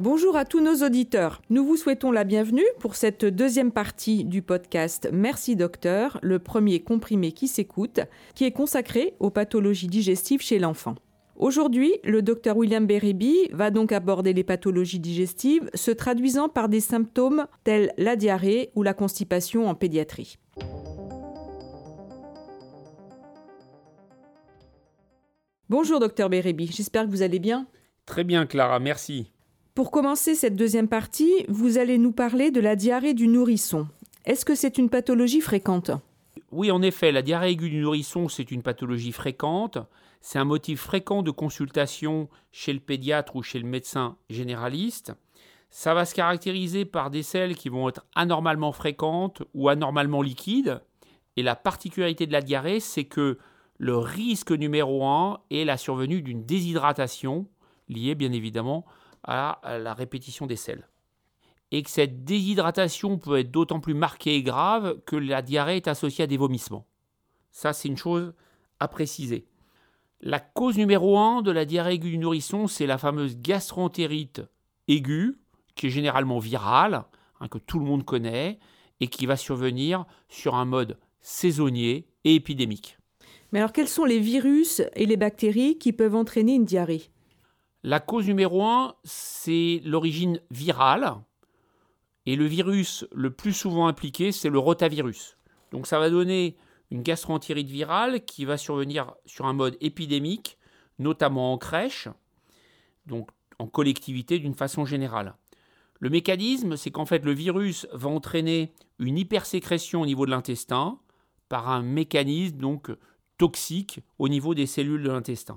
Bonjour à tous nos auditeurs. Nous vous souhaitons la bienvenue pour cette deuxième partie du podcast Merci Docteur, le premier comprimé qui s'écoute, qui est consacré aux pathologies digestives chez l'enfant. Aujourd'hui, le docteur William Berrebi va donc aborder les pathologies digestives se traduisant par des symptômes tels la diarrhée ou la constipation en pédiatrie. Bonjour docteur Berrebi, j'espère que vous allez bien. Très bien Clara, merci. Pour commencer cette deuxième partie, vous allez nous parler de la diarrhée du nourrisson. Est-ce que c'est une pathologie fréquente ? Oui, en effet, la diarrhée aiguë du nourrisson, c'est une pathologie fréquente. C'est un motif fréquent de consultation chez le pédiatre ou chez le médecin généraliste. Ça va se caractériser par des selles qui vont être anormalement fréquentes ou anormalement liquides. Et la particularité de la diarrhée, c'est que le risque numéro 1 est la survenue d'une déshydratation, liée bien évidemment à la répétition des selles. Et que cette déshydratation peut être d'autant plus marquée et grave que la diarrhée est associée à des vomissements. Ça, c'est une chose à préciser. La cause numéro 1 de la diarrhée aiguë du nourrisson, c'est la fameuse gastroentérite aiguë, qui est généralement virale, que tout le monde connaît, et qui va survenir sur un mode saisonnier et épidémique. Mais alors, quels sont les virus et les bactéries qui peuvent entraîner une diarrhée ? La cause numéro 1, c'est l'origine virale. Et le virus le plus souvent impliqué, c'est le rotavirus. Donc ça va donner une gastroentérite virale qui va survenir sur un mode épidémique, notamment en crèche, donc en collectivité d'une façon générale. Le mécanisme, c'est qu'en fait le virus va entraîner une hypersécrétion au niveau de l'intestin par un mécanisme donc toxique au niveau des cellules de l'intestin.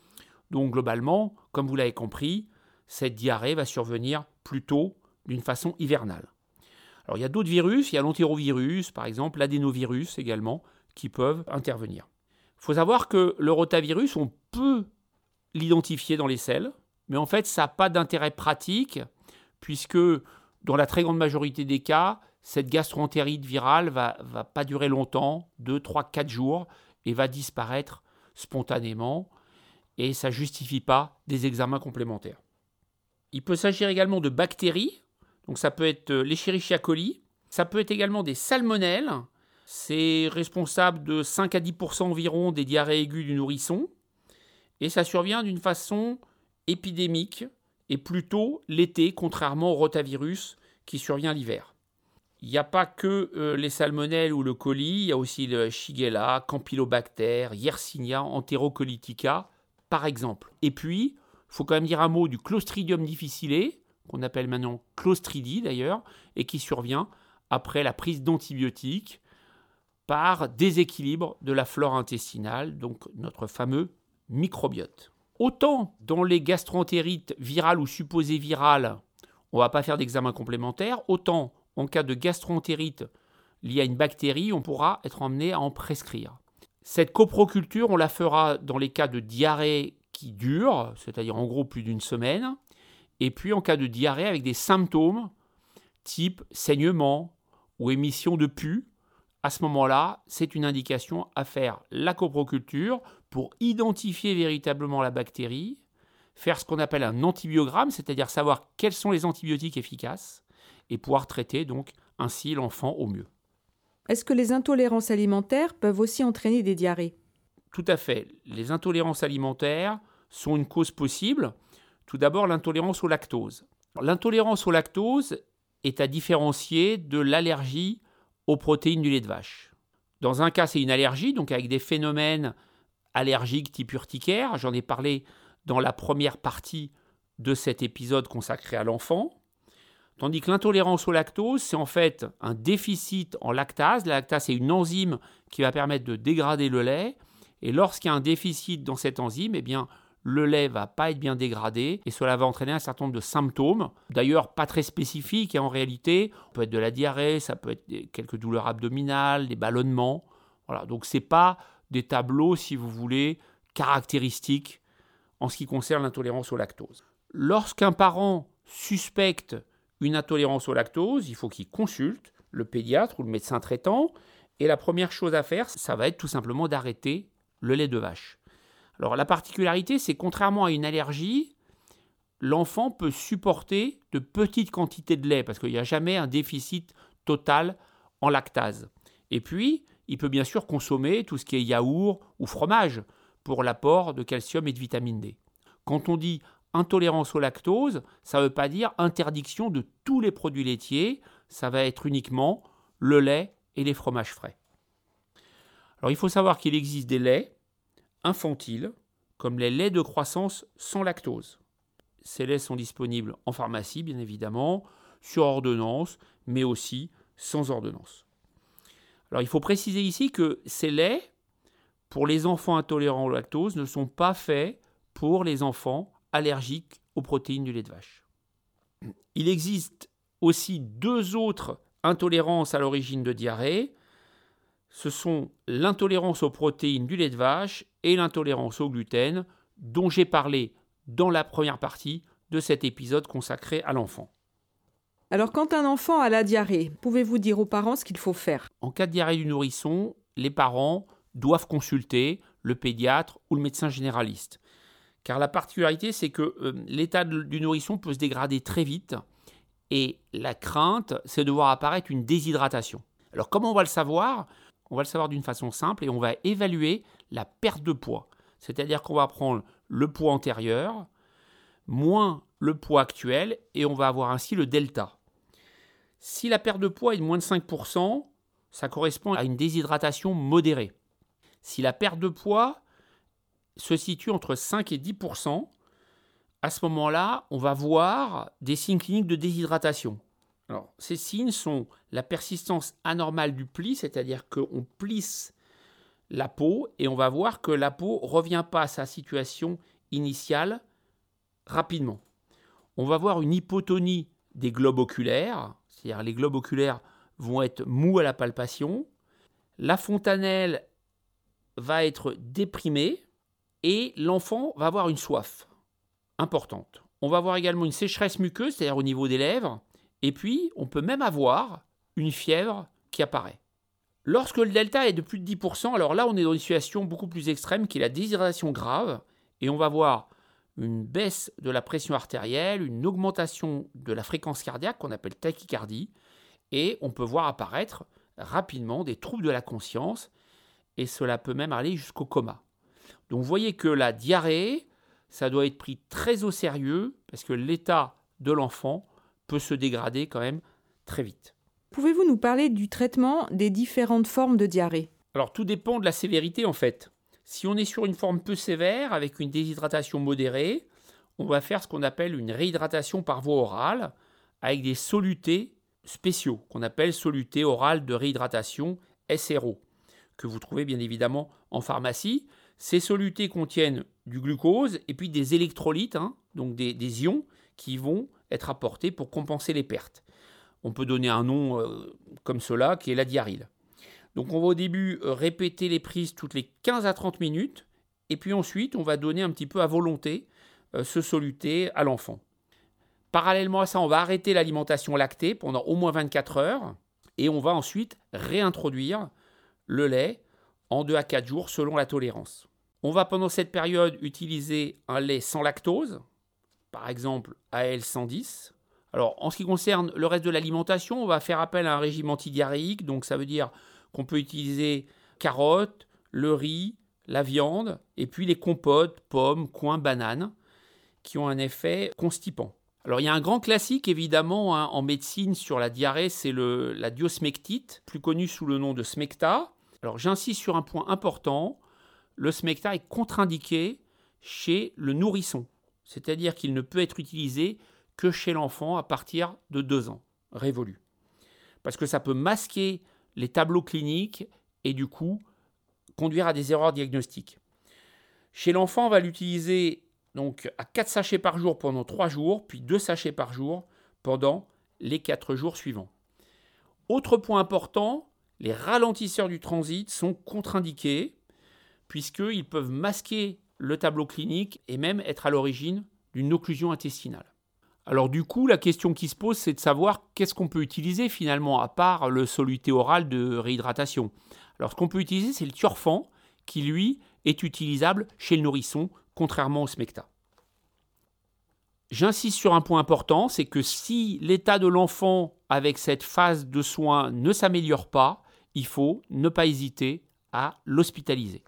Donc globalement, comme vous l'avez compris, cette diarrhée va survenir plutôt d'une façon hivernale. Alors il y a d'autres virus, il y a l'entérovirus, par exemple, l'adénovirus également, qui peuvent intervenir. Il faut savoir que le rotavirus, on peut l'identifier dans les selles, mais en fait, ça n'a pas d'intérêt pratique, puisque dans la très grande majorité des cas, cette gastroentérite virale va pas durer longtemps, 2, 3, 4 jours, et va disparaître spontanément, et ça ne justifie pas des examens complémentaires. Il peut s'agir également de bactéries, donc ça peut être l'Escherichia coli, ça peut être également des salmonelles, c'est responsable de 5 à 10% environ des diarrhées aiguës du nourrisson, et ça survient d'une façon épidémique, et plutôt l'été, contrairement au rotavirus qui survient l'hiver. Il n'y a pas que les salmonelles ou le coli, il y a aussi le Shigella, Campylobacter, Yersinia, Enterocolitica, par exemple. Et puis, il faut quand même dire un mot du Clostridium difficile, qu'on appelle maintenant Clostridie d'ailleurs, et qui survient après la prise d'antibiotiques par déséquilibre de la flore intestinale, donc notre fameux microbiote. Autant dans les gastroentérites virales ou supposées virales, on ne va pas faire d'examen complémentaire, autant en cas de gastroentérite liée à une bactérie, on pourra être amené à en prescrire. Cette coproculture, on la fera dans les cas de diarrhée qui dure, c'est-à-dire en gros plus d'une semaine, et puis en cas de diarrhée avec des symptômes type saignement ou émission de pus, à ce moment-là, c'est une indication à faire la coproculture pour identifier véritablement la bactérie, faire ce qu'on appelle un antibiogramme, c'est-à-dire savoir quels sont les antibiotiques efficaces, et pouvoir traiter donc ainsi l'enfant au mieux. Est-ce que les intolérances alimentaires peuvent aussi entraîner des diarrhées ? Tout à fait. Les intolérances alimentaires sont une cause possible. Tout d'abord, l'intolérance au lactose. L'intolérance au lactose est à différencier de l'allergie aux protéines du lait de vache. Dans un cas, c'est une allergie, donc avec des phénomènes allergiques type urticaire. J'en ai parlé dans la première partie de cet épisode consacré à l'enfant. Tandis que l'intolérance au lactose, c'est en fait un déficit en lactase. La lactase, c'est une enzyme qui va permettre de dégrader le lait. Et lorsqu'il y a un déficit dans cette enzyme, eh bien, le lait ne va pas être bien dégradé et cela va entraîner un certain nombre de symptômes, d'ailleurs pas très spécifiques en réalité. Ça peut être de la diarrhée, ça peut être quelques douleurs abdominales, des ballonnements. Voilà. Donc ce n'est pas des tableaux, si vous voulez, caractéristiques en ce qui concerne l'intolérance au lactose. Lorsqu'un parent suspecte une intolérance au lactose, il faut qu'il consulte le pédiatre ou le médecin traitant. Et la première chose à faire, ça va être tout simplement d'arrêter le lait de vache. Alors la particularité, c'est contrairement à une allergie, l'enfant peut supporter de petites quantités de lait parce qu'il n'y a jamais un déficit total en lactase. Et puis, il peut bien sûr consommer tout ce qui est yaourt ou fromage pour l'apport de calcium et de vitamine D. Quand on dit intolérance au lactose, ça ne veut pas dire interdiction de tous les produits laitiers, ça va être uniquement le lait et les fromages frais. Alors il faut savoir qu'il existe des laits infantiles, comme les laits de croissance sans lactose. Ces laits sont disponibles en pharmacie, bien évidemment, sur ordonnance, mais aussi sans ordonnance. Alors il faut préciser ici que ces laits, pour les enfants intolérants au lactose, ne sont pas faits pour les enfants allergiques aux protéines du lait de vache. Il existe aussi 2 autres intolérances à l'origine de diarrhée. Ce sont l'intolérance aux protéines du lait de vache et l'intolérance au gluten, dont j'ai parlé dans la première partie de cet épisode consacré à l'enfant. Alors, quand un enfant a la diarrhée, pouvez-vous dire aux parents ce qu'il faut faire ? En cas de diarrhée du nourrisson, les parents doivent consulter le pédiatre ou le médecin généraliste. Car la particularité, c'est que l'état du nourrisson peut se dégrader très vite et la crainte, c'est de voir apparaître une déshydratation. Alors, comment on va le savoir ? On va le savoir d'une façon simple et on va évaluer la perte de poids. C'est-à-dire qu'on va prendre le poids antérieur moins le poids actuel et on va avoir ainsi le delta. Si la perte de poids est de moins de 5%, ça correspond à une déshydratation modérée. Si la perte de poids se situe entre 5 et 10%, à ce moment-là, on va voir des signes cliniques de déshydratation. Alors, ces signes sont la persistance anormale du pli, c'est-à-dire qu'on plisse la peau et on va voir que la peau ne revient pas à sa situation initiale rapidement. On va voir une hypotonie des globes oculaires, c'est-à-dire les globes oculaires vont être mous à la palpation, la fontanelle va être déprimée et l'enfant va avoir une soif importante. On va avoir également une sécheresse muqueuse, c'est-à-dire au niveau des lèvres, et puis on peut même avoir une fièvre qui apparaît. Lorsque le delta est de plus de 10%, alors là on est dans une situation beaucoup plus extrême qui est la déshydratation grave, et on va voir une baisse de la pression artérielle, une augmentation de la fréquence cardiaque qu'on appelle tachycardie, et on peut voir apparaître rapidement des troubles de la conscience, et cela peut même aller jusqu'au coma. Donc vous voyez que la diarrhée, ça doit être pris très au sérieux, parce que l'état de l'enfant peut se dégrader quand même très vite. Pouvez-vous nous parler du traitement des différentes formes de diarrhée ? Alors tout dépend de la sévérité en fait. Si on est sur une forme peu sévère, avec une déshydratation modérée, on va faire ce qu'on appelle une réhydratation par voie orale, avec des solutés spéciaux, qu'on appelle solutés orales de réhydratation SRO, que vous trouvez bien évidemment en pharmacie. Ces solutés contiennent du glucose et puis des électrolytes, donc des ions qui vont être apportés pour compenser les pertes. On peut donner un nom comme cela, qui est la diarrhyle. Donc on va au début répéter les prises toutes les 15 à 30 minutes, et puis ensuite on va donner un petit peu à volonté ce soluté à l'enfant. Parallèlement à ça, on va arrêter l'alimentation lactée pendant au moins 24 heures, et on va ensuite réintroduire le lait en 2 à 4 jours selon la tolérance. On va pendant cette période utiliser un lait sans lactose, par exemple AL110. Alors, en ce qui concerne le reste de l'alimentation, on va faire appel à un régime antidiarrhéique, donc ça veut dire qu'on peut utiliser carottes, le riz, la viande, et puis les compotes, pommes, coings, bananes, qui ont un effet constipant. Alors, il y a un grand classique, évidemment, en médecine sur la diarrhée, c'est la diosmectite, plus connue sous le nom de Smecta. Alors, j'insiste sur un point important, le Smecta est contre-indiqué chez le nourrisson, c'est-à-dire qu'il ne peut être utilisé que chez l'enfant à partir de 2 ans, révolu. Parce que ça peut masquer les tableaux cliniques et du coup conduire à des erreurs diagnostiques. Chez l'enfant, on va l'utiliser donc à 4 sachets par jour pendant 3 jours, puis 2 sachets par jour pendant les 4 jours suivants. Autre point important, les ralentisseurs du transit sont contre-indiqués puisqu'ils peuvent masquer le tableau clinique et même être à l'origine d'une occlusion intestinale. Alors du coup, la question qui se pose, c'est de savoir qu'est-ce qu'on peut utiliser finalement, à part le soluté oral de réhydratation. Alors ce qu'on peut utiliser, c'est le Thiorfan, qui lui est utilisable chez le nourrisson, contrairement au Smecta. J'insiste sur un point important, c'est que si l'état de l'enfant avec cette phase de soins ne s'améliore pas, il faut ne pas hésiter à l'hospitaliser.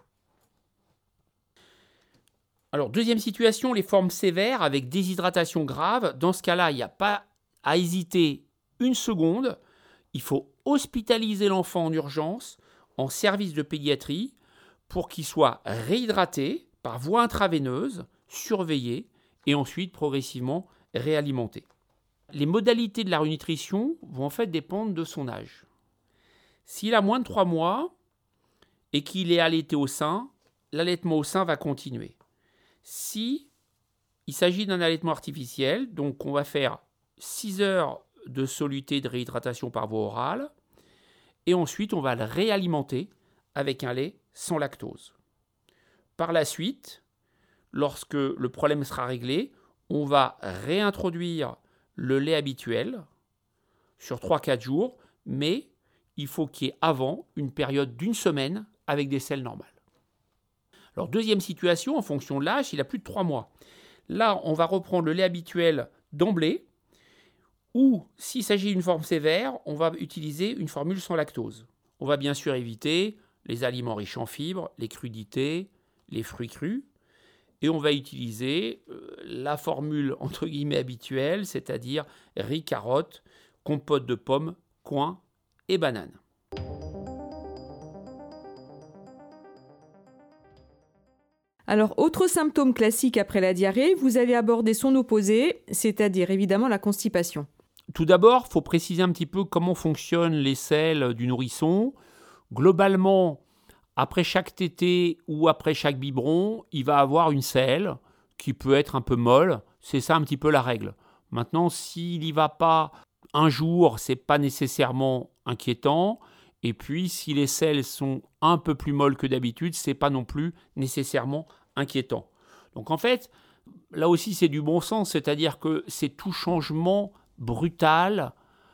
Alors, deuxième situation, les formes sévères avec déshydratation grave. Dans ce cas-là, il n'y a pas à hésiter une seconde. Il faut hospitaliser l'enfant en urgence, en service de pédiatrie, pour qu'il soit réhydraté par voie intraveineuse, surveillé, et ensuite progressivement réalimenté. Les modalités de la nutrition vont en fait dépendre de son âge. S'il a moins de 3 mois et qu'il est allaité au sein, l'allaitement au sein va continuer. Si il s'agit d'un allaitement artificiel, donc on va faire 6 heures de soluté de réhydratation par voie orale et ensuite on va le réalimenter avec un lait sans lactose. Par la suite, lorsque le problème sera réglé, on va réintroduire le lait habituel sur 3-4 jours, mais il faut qu'il y ait avant une période d'1 semaine avec des selles normales. Alors, deuxième situation, en fonction de l'âge, il a plus de 3 mois. Là, on va reprendre le lait habituel d'emblée, ou s'il s'agit d'une forme sévère, on va utiliser une formule sans lactose. On va bien sûr éviter les aliments riches en fibres, les crudités, les fruits crus, et on va utiliser la formule entre guillemets habituelle, c'est-à-dire riz, carottes, compote de pommes, coin et banane. Alors, autre symptôme classique après la diarrhée, vous allez aborder son opposé, c'est-à-dire évidemment la constipation. Tout d'abord, il faut préciser un petit peu comment fonctionnent les selles du nourrisson. Globalement, après chaque tétée ou après chaque biberon, il va avoir une selle qui peut être un peu molle. C'est ça un petit peu la règle. Maintenant, s'il n'y va pas un jour, ce n'est pas nécessairement inquiétant. Et puis, si les selles sont un peu plus molles que d'habitude, ce n'est pas non plus nécessairement inquiétant. Donc en fait, là aussi, c'est du bon sens. C'est-à-dire que c'est tout changement brutal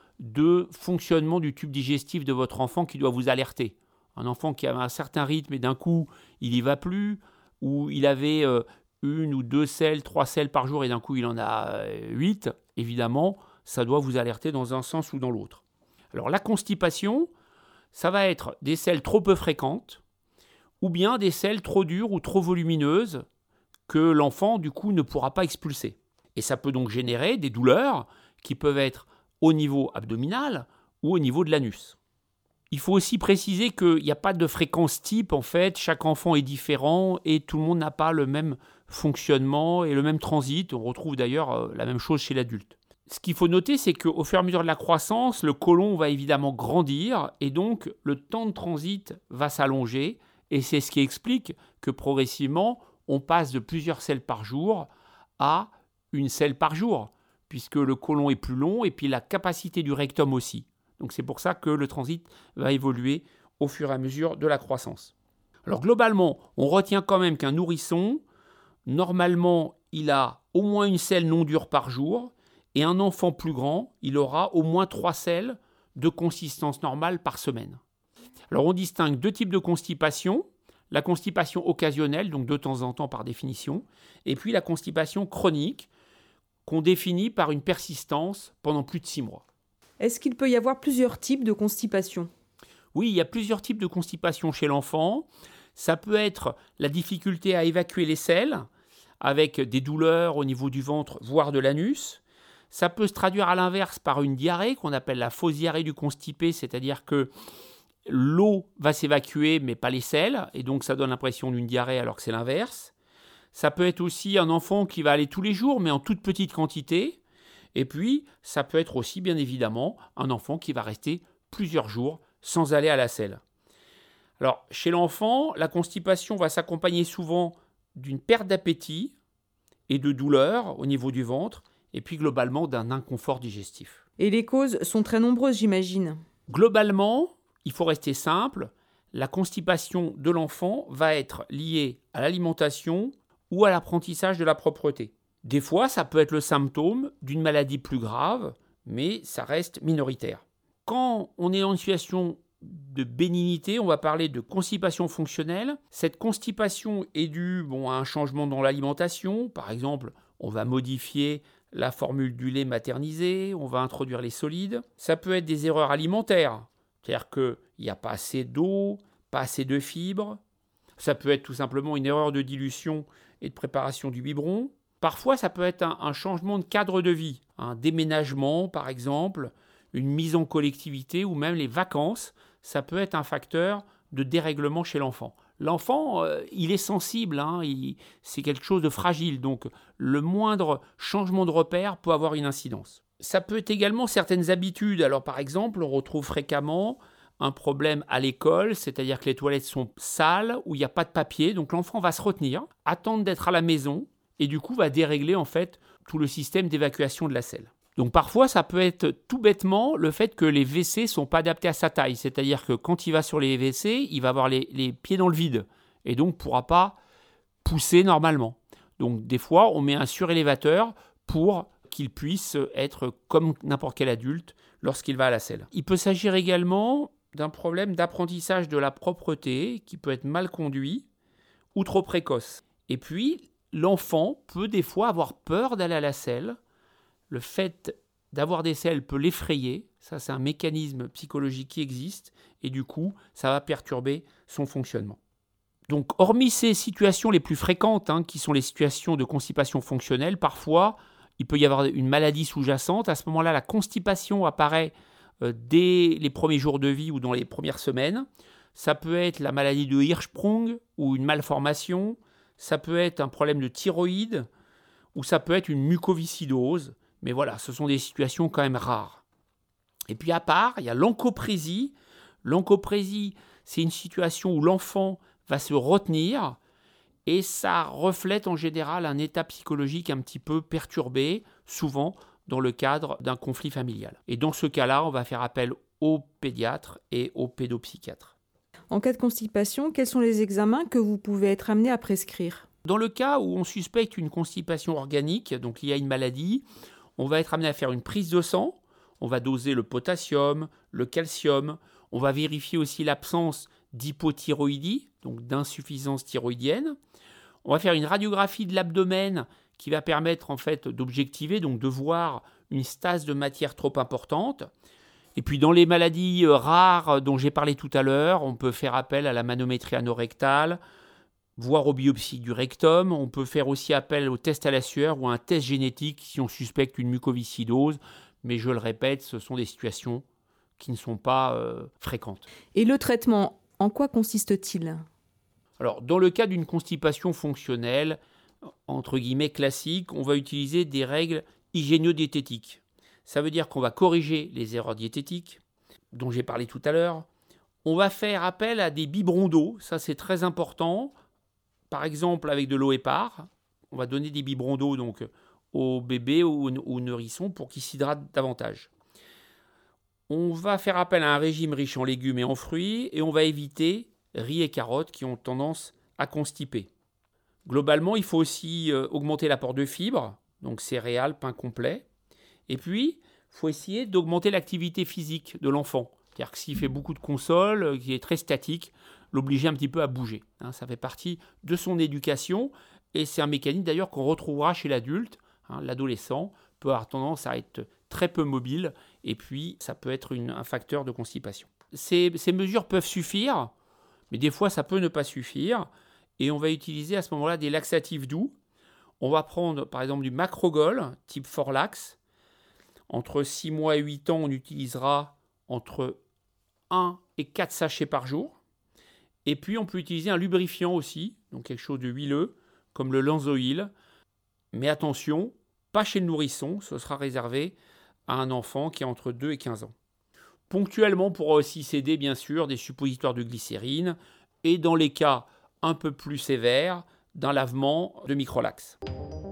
de fonctionnement du tube digestif de votre enfant qui doit vous alerter. Un enfant qui avait un certain rythme et d'un coup, il n'y va plus, ou il avait 1 ou 2 selles, 3 selles par jour et d'un coup, il en a 8, évidemment, ça doit vous alerter dans un sens ou dans l'autre. Alors la constipation, ça va être des selles trop peu fréquentes ou bien des selles trop dures ou trop volumineuses que l'enfant, du coup, ne pourra pas expulser. Et ça peut donc générer des douleurs qui peuvent être au niveau abdominal ou au niveau de l'anus. Il faut aussi préciser qu'il n'y a pas de fréquence type, en fait, chaque enfant est différent et tout le monde n'a pas le même fonctionnement et le même transit. On retrouve d'ailleurs la même chose chez l'adulte. Ce qu'il faut noter, c'est qu'au fur et à mesure de la croissance, le côlon va évidemment grandir et donc le temps de transit va s'allonger et c'est ce qui explique que progressivement, on passe de plusieurs selles par jour à une selle par jour, puisque le côlon est plus long et puis la capacité du rectum aussi. Donc c'est pour ça que le transit va évoluer au fur et à mesure de la croissance. Alors globalement, on retient quand même qu'un nourrisson, normalement, il a au moins une selle non dure par jour, et un enfant plus grand, il aura au moins 3 selles de consistance normale par semaine. Alors on distingue 2 types de constipation, la constipation occasionnelle, donc de temps en temps par définition, et puis la constipation chronique, qu'on définit par une persistance pendant plus de 6 mois. Est-ce qu'il peut y avoir plusieurs types de constipation ? Oui, il y a plusieurs types de constipation chez l'enfant. Ça peut être la difficulté à évacuer les selles, avec des douleurs au niveau du ventre, voire de l'anus. Ça peut se traduire à l'inverse par une diarrhée, qu'on appelle la fausse diarrhée du constipé, c'est-à-dire que l'eau va s'évacuer, mais pas les selles, et donc ça donne l'impression d'une diarrhée alors que c'est l'inverse. Ça peut être aussi un enfant qui va aller tous les jours, mais en toute petite quantité. Et puis, ça peut être aussi, bien évidemment, un enfant qui va rester plusieurs jours sans aller à la selle. Alors, chez l'enfant, la constipation va s'accompagner souvent d'une perte d'appétit et de douleurs au niveau du ventre, et puis globalement d'un inconfort digestif. Et les causes sont très nombreuses, j'imagine. Globalement, il faut rester simple, la constipation de l'enfant va être liée à l'alimentation ou à l'apprentissage de la propreté. Des fois, ça peut être le symptôme d'une maladie plus grave, mais ça reste minoritaire. Quand on est dans une situation de bénignité, on va parler de constipation fonctionnelle. Cette constipation est due à un changement dans l'alimentation. Par exemple, on va modifier la formule du lait maternisé, on va introduire les solides. Ça peut être des erreurs alimentaires, c'est-à-dire qu'il n'y a pas assez d'eau, pas assez de fibres. Ça peut être tout simplement une erreur de dilution et de préparation du biberon. Parfois, ça peut être un changement de cadre de vie, un déménagement par exemple, une mise en collectivité ou même les vacances. Ça peut être un facteur de dérèglement chez l'enfant. L'enfant, il est sensible, c'est quelque chose de fragile, donc le moindre changement de repère peut avoir une incidence. Ça peut être également certaines habitudes. Alors par exemple, on retrouve fréquemment un problème à l'école, c'est-à-dire que les toilettes sont sales, où il n'y a pas de papier, donc l'enfant va se retenir, attendre d'être à la maison, et du coup va dérégler en fait tout le système d'évacuation de la selle. Donc parfois, ça peut être tout bêtement le fait que les WC ne sont pas adaptés à sa taille. C'est-à-dire que quand il va sur les WC, il va avoir les pieds dans le vide et donc ne pourra pas pousser normalement. Donc des fois, on met un surélévateur pour qu'il puisse être comme n'importe quel adulte lorsqu'il va à la selle. Il peut s'agir également d'un problème d'apprentissage de la propreté qui peut être mal conduit ou trop précoce. Et puis, l'enfant peut des fois avoir peur d'aller à la selle. Le fait d'avoir des selles peut l'effrayer, ça c'est un mécanisme psychologique qui existe, et du coup, ça va perturber son fonctionnement. Donc, hormis ces situations les plus fréquentes, qui sont les situations de constipation fonctionnelle, parfois, il peut y avoir une maladie sous-jacente. À ce moment-là, la constipation apparaît dès les premiers jours de vie ou dans les premières semaines. Ça peut être la maladie de Hirschsprung ou une malformation. Ça peut être un problème de thyroïde ou ça peut être une mucoviscidose. Mais voilà, ce sont des situations quand même rares. Et puis à part, il y a l'oncoprésie. L'oncoprésie, c'est une situation où l'enfant va se retenir et ça reflète en général un état psychologique un petit peu perturbé, souvent dans le cadre d'un conflit familial. Et dans ce cas-là, on va faire appel au pédiatre et au pédopsychiatre. En cas de constipation, quels sont les examens que vous pouvez être amené à prescrire ? Dans le cas où on suspecte une constipation organique, donc liée à une maladie, on va être amené à faire une prise de sang, on va doser le potassium, le calcium, on va vérifier aussi l'absence d'hypothyroïdie, donc d'insuffisance thyroïdienne. On va faire une radiographie de l'abdomen qui va permettre en fait d'objectiver, donc de voir une stase de matière trop importante. Et puis dans les maladies rares dont j'ai parlé tout à l'heure, on peut faire appel à la manométrie anorectale, voire aux biopsies du rectum. On peut faire aussi appel au test à la sueur ou à un test génétique si on suspecte une mucoviscidose. Mais je le répète, ce sont des situations qui ne sont pas fréquentes. Et le traitement, en quoi consiste-t-il ? Alors, dans le cas d'une constipation fonctionnelle, entre guillemets classique, on va utiliser des règles hygiéno-diététiques. Ça veut dire qu'on va corriger les erreurs diététiques, dont j'ai parlé tout à l'heure. On va faire appel à des biberons d'eau, ça c'est très important. Par exemple, avec de l'eau épars, on va donner des biberons d'eau donc aux bébés ou aux nourrissons pour qu'ils s'hydratent davantage. On va faire appel à un régime riche en légumes et en fruits et on va éviter riz et carottes qui ont tendance à constiper. Globalement, il faut aussi augmenter l'apport de fibres, donc céréales, pain complet. Et puis, il faut essayer d'augmenter l'activité physique de l'enfant. C'est-à-dire que s'il fait beaucoup de consoles, qu'il est très statique, l'obliger un petit peu à bouger. Ça fait partie de son éducation et c'est un mécanisme d'ailleurs qu'on retrouvera chez l'adulte. L'adolescent peut avoir tendance à être très peu mobile et puis ça peut être un facteur de constipation. Ces mesures peuvent suffire, mais des fois ça peut ne pas suffire et on va utiliser à ce moment-là des laxatifs doux. On va prendre par exemple du Macrogol type Forlax. Entre 6 mois et 8 ans, on utilisera entre 1 et 4 sachets par jour. Et puis, on peut utiliser un lubrifiant aussi, donc quelque chose de huileux, comme le Lanzoil. Mais attention, pas chez le nourrisson, ce sera réservé à un enfant qui a entre 2 et 15 ans. Ponctuellement, on pourra aussi s'aider, bien sûr, des suppositoires de glycérine et dans les cas un peu plus sévères, d'un lavement de microlax.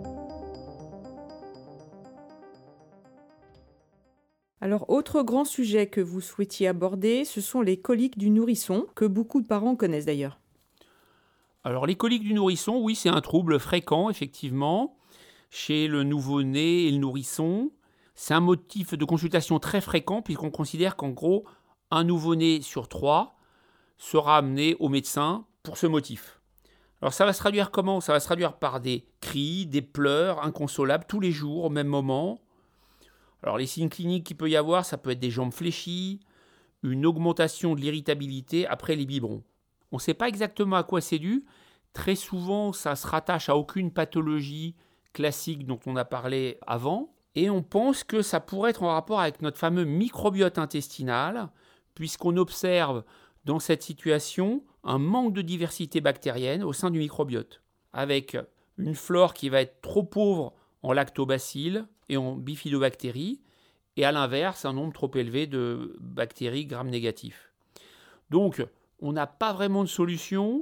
Alors, autre grand sujet que vous souhaitiez aborder, ce sont les coliques du nourrisson, que beaucoup de parents connaissent d'ailleurs. Alors, les coliques du nourrisson, oui, c'est un trouble fréquent, effectivement, chez le nouveau-né et le nourrisson. C'est un motif de consultation très fréquent, puisqu'on considère qu'en gros, un nouveau-né sur 3 sera amené au médecin pour ce motif. Alors ça va se traduire comment ? Ça va se traduire par des cris, des pleurs inconsolables tous les jours au même moment. Alors les signes cliniques qu'il peut y avoir, ça peut être des jambes fléchies, une augmentation de l'irritabilité après les biberons. On ne sait pas exactement à quoi c'est dû. Très souvent, ça se rattache à aucune pathologie classique dont on a parlé avant. Et on pense que ça pourrait être en rapport avec notre fameux microbiote intestinal, puisqu'on observe dans cette situation un manque de diversité bactérienne au sein du microbiote, avec une flore qui va être trop pauvre en lactobacilles et en bifidobactéries, et à l'inverse, un nombre trop élevé de bactéries gram-négatifs. Donc, on n'a pas vraiment de solution.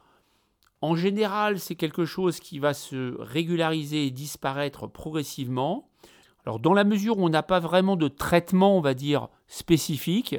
En général, c'est quelque chose qui va se régulariser et disparaître progressivement. Alors, dans la mesure où on n'a pas vraiment de traitement, on va dire, spécifique,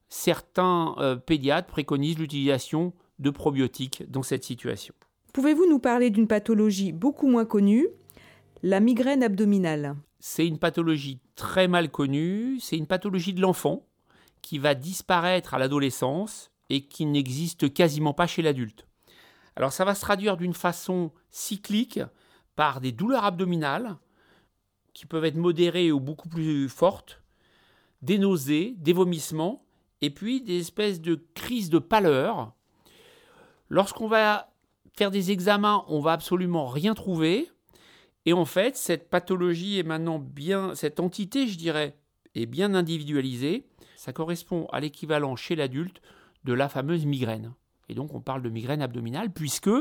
certains pédiatres préconisent l'utilisation de probiotiques dans cette situation. Pouvez-vous nous parler d'une pathologie beaucoup moins connue, la migraine abdominale ? C'est une pathologie très mal connue, c'est une pathologie de l'enfant qui va disparaître à l'adolescence et qui n'existe quasiment pas chez l'adulte. Alors ça va se traduire d'une façon cyclique par des douleurs abdominales qui peuvent être modérées ou beaucoup plus fortes, des nausées, des vomissements, et puis des espèces de crises de pâleur. Lorsqu'on va faire des examens, on ne va absolument rien trouver. Et en fait, cette pathologie est maintenant cette entité, je dirais, est bien individualisée. Ça correspond à l'équivalent chez l'adulte de la fameuse migraine. Et donc, on parle de migraine abdominale, puisque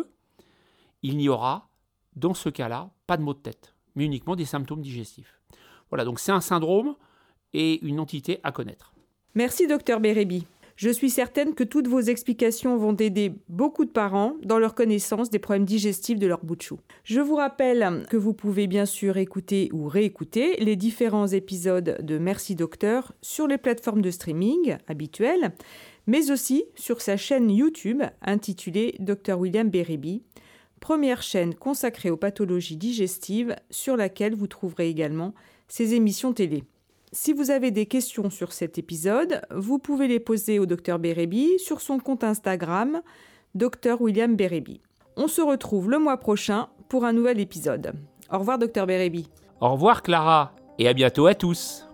il n'y aura, dans ce cas-là, pas de maux de tête, mais uniquement des symptômes digestifs. Voilà, donc c'est un syndrome et une entité à connaître. Merci, Dr Bérébi. Je suis certaine que toutes vos explications vont aider beaucoup de parents dans leur connaissance des problèmes digestifs de leur bout de chou. Je vous rappelle que vous pouvez bien sûr écouter ou réécouter les différents épisodes de Merci Docteur sur les plateformes de streaming habituelles, mais aussi sur sa chaîne YouTube intitulée Dr William Bérébi, première chaîne consacrée aux pathologies digestives sur laquelle vous trouverez également ses émissions télé. Si vous avez des questions sur cet épisode, vous pouvez les poser au Dr Bérébi sur son compte Instagram, Dr William Bérébi. On se retrouve le mois prochain pour un nouvel épisode. Au revoir Dr Bérébi. Au revoir Clara et à bientôt à tous.